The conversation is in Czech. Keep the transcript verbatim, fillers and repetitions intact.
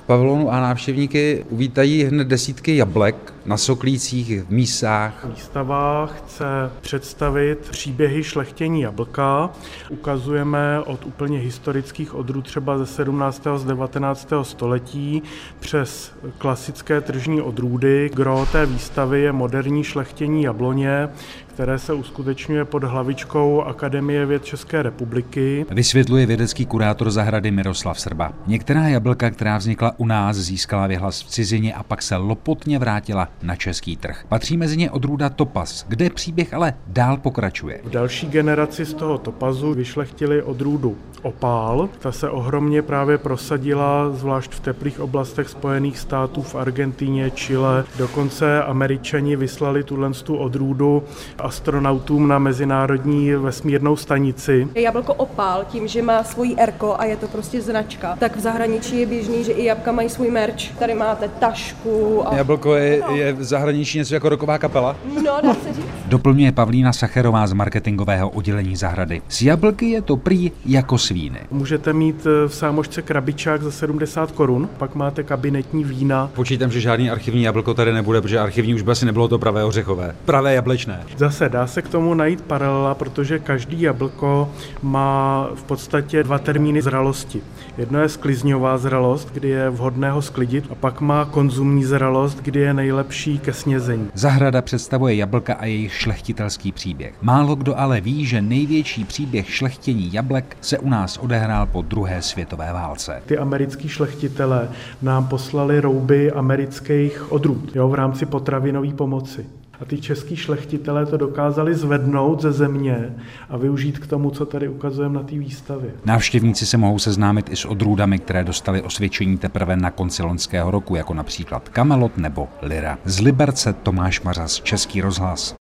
Pavilonu a návštěvníky uvítají hned desítky jablek na soklících, v mísách. Výstava chce představit příběhy šlechtění jablka. Ukazujeme od úplně historických odrůd třeba ze sedmnáctého z devatenáctého století přes klasické tržní odrůdy. Gros té výstavy je moderní šlechtění jabloně, které se uskutečňuje pod hlavičkou Akademie věd České republiky. Vysvětluje vědecký kurátor zahrady Miroslav Srba. Některá jablka, která vznikla u nás, získala věhlas v cizině a pak se lopotně vrátila na český trh. Patří mezi ně odrůda Topaz, kde příběh ale dál pokračuje. V další generaci z toho Topazu vyšlechtili odrůdu Opál. Ta se ohromně právě prosadila, zvlášť v teplých oblastech Spojených států, v Argentíně, Chile. Dokonce Američani vyslali tuto odrůdu astronautům na mezinárodní vesmírnou stanici. Jablko Opál, tím, že má svůj erko a je to prostě značka, tak v zahraničí je běžný, že i jablka mají svůj merch. Tady máte tašku. A... Jablko je, no. je v zahraničí něco jako rocková kapela? No, dá se říct. Doplňuje Pavlína Sacherová z marketingového oddělení zahrady. Z jablky je to prý jako svíny. Můžete mít v sámošce krabičák za sedmdesát korun, pak máte kabinetní vína. Počítám, že žádný archivní jablko tady nebude, protože archivní už by asi nebylo to pravé ořechové. Pravé jablečné. Zase dá se k tomu najít paralela, protože každý jablko má v podstatě dva termíny zralosti. Jedno je sklizňová zralost, kdy je vhodné ho sklidit, a pak má konzumní zralost, kdy je nejlepší ke snězení. Zahrada představuje jablka a jejich šlechtitelský příběh. Málo kdo ale ví, že největší příběh šlechtění jablek se u nás odehrál po druhé světové válce. Ty americký šlechtitelé nám poslali rouby amerických odrůd, jo, v rámci potravinové pomoci. A ty český šlechtitelé to dokázali zvednout ze země a využít k tomu, co tady ukazujeme na té výstavě. Návštěvníci se mohou seznámit i s odrůdami, které dostaly osvědčení teprve na konci loňského roku, jako například Kamelot nebo Lyra. Z Liberce Tomáš Mařas, Český rozhlas.